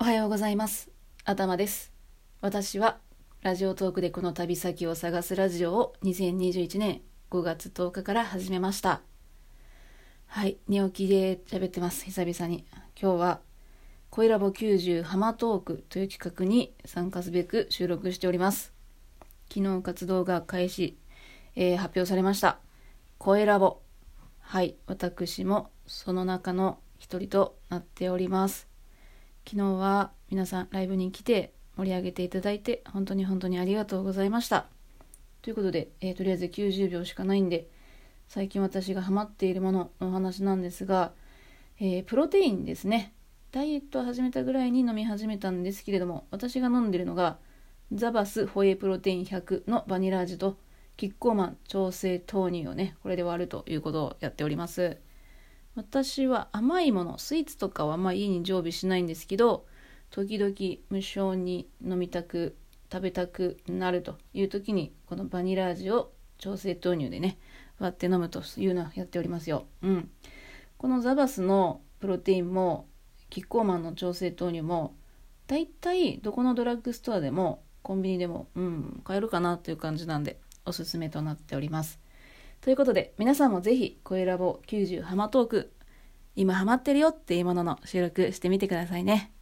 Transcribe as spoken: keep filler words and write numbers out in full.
はようございます。頭です。私はラジオトークでこの旅先を探すラジオをにせんにじゅういちねんごがつとおかから始めました。はい、寝起きで喋ってます。久々に。今日は声ラボきゅうじゅうハマトークという企画に参加すべく収録しております。昨日活動が開始、えー、発表されました。声ラボ。はい、私もその中の一人となっております。昨日は皆さんライブに来て盛り上げていただいて本当に本当にありがとうございました。ということで、えー、とりあえずきゅうじゅうびょうしかないんで、最近私がハマっているもののお話なんですが、えー、プロテインですね。ダイエットを始めたぐらいに飲み始めたんですけれども、私が飲んでいるのがザバスホエイプロテインひゃくのバニラ味とキッコーマン調整豆乳をね、これで割るということをやっております。私は甘いもの、スイーツとかはあんま家に常備しないんですけど、時々無性に飲みたく食べたくなるという時にこのバニラ味を調整豆乳でね割って飲むというのをやっておりますよ。うん。このザバスのプロテインもキッコーマンの調整豆乳もだいたいどこのドラッグストアでもコンビニでもうん買えるかなという感じなんでおすすめとなっております。ということで皆さんもぜひ声ラボきゅうじゅうハマトーク今ハマってるよっていうものの収録してみてくださいね。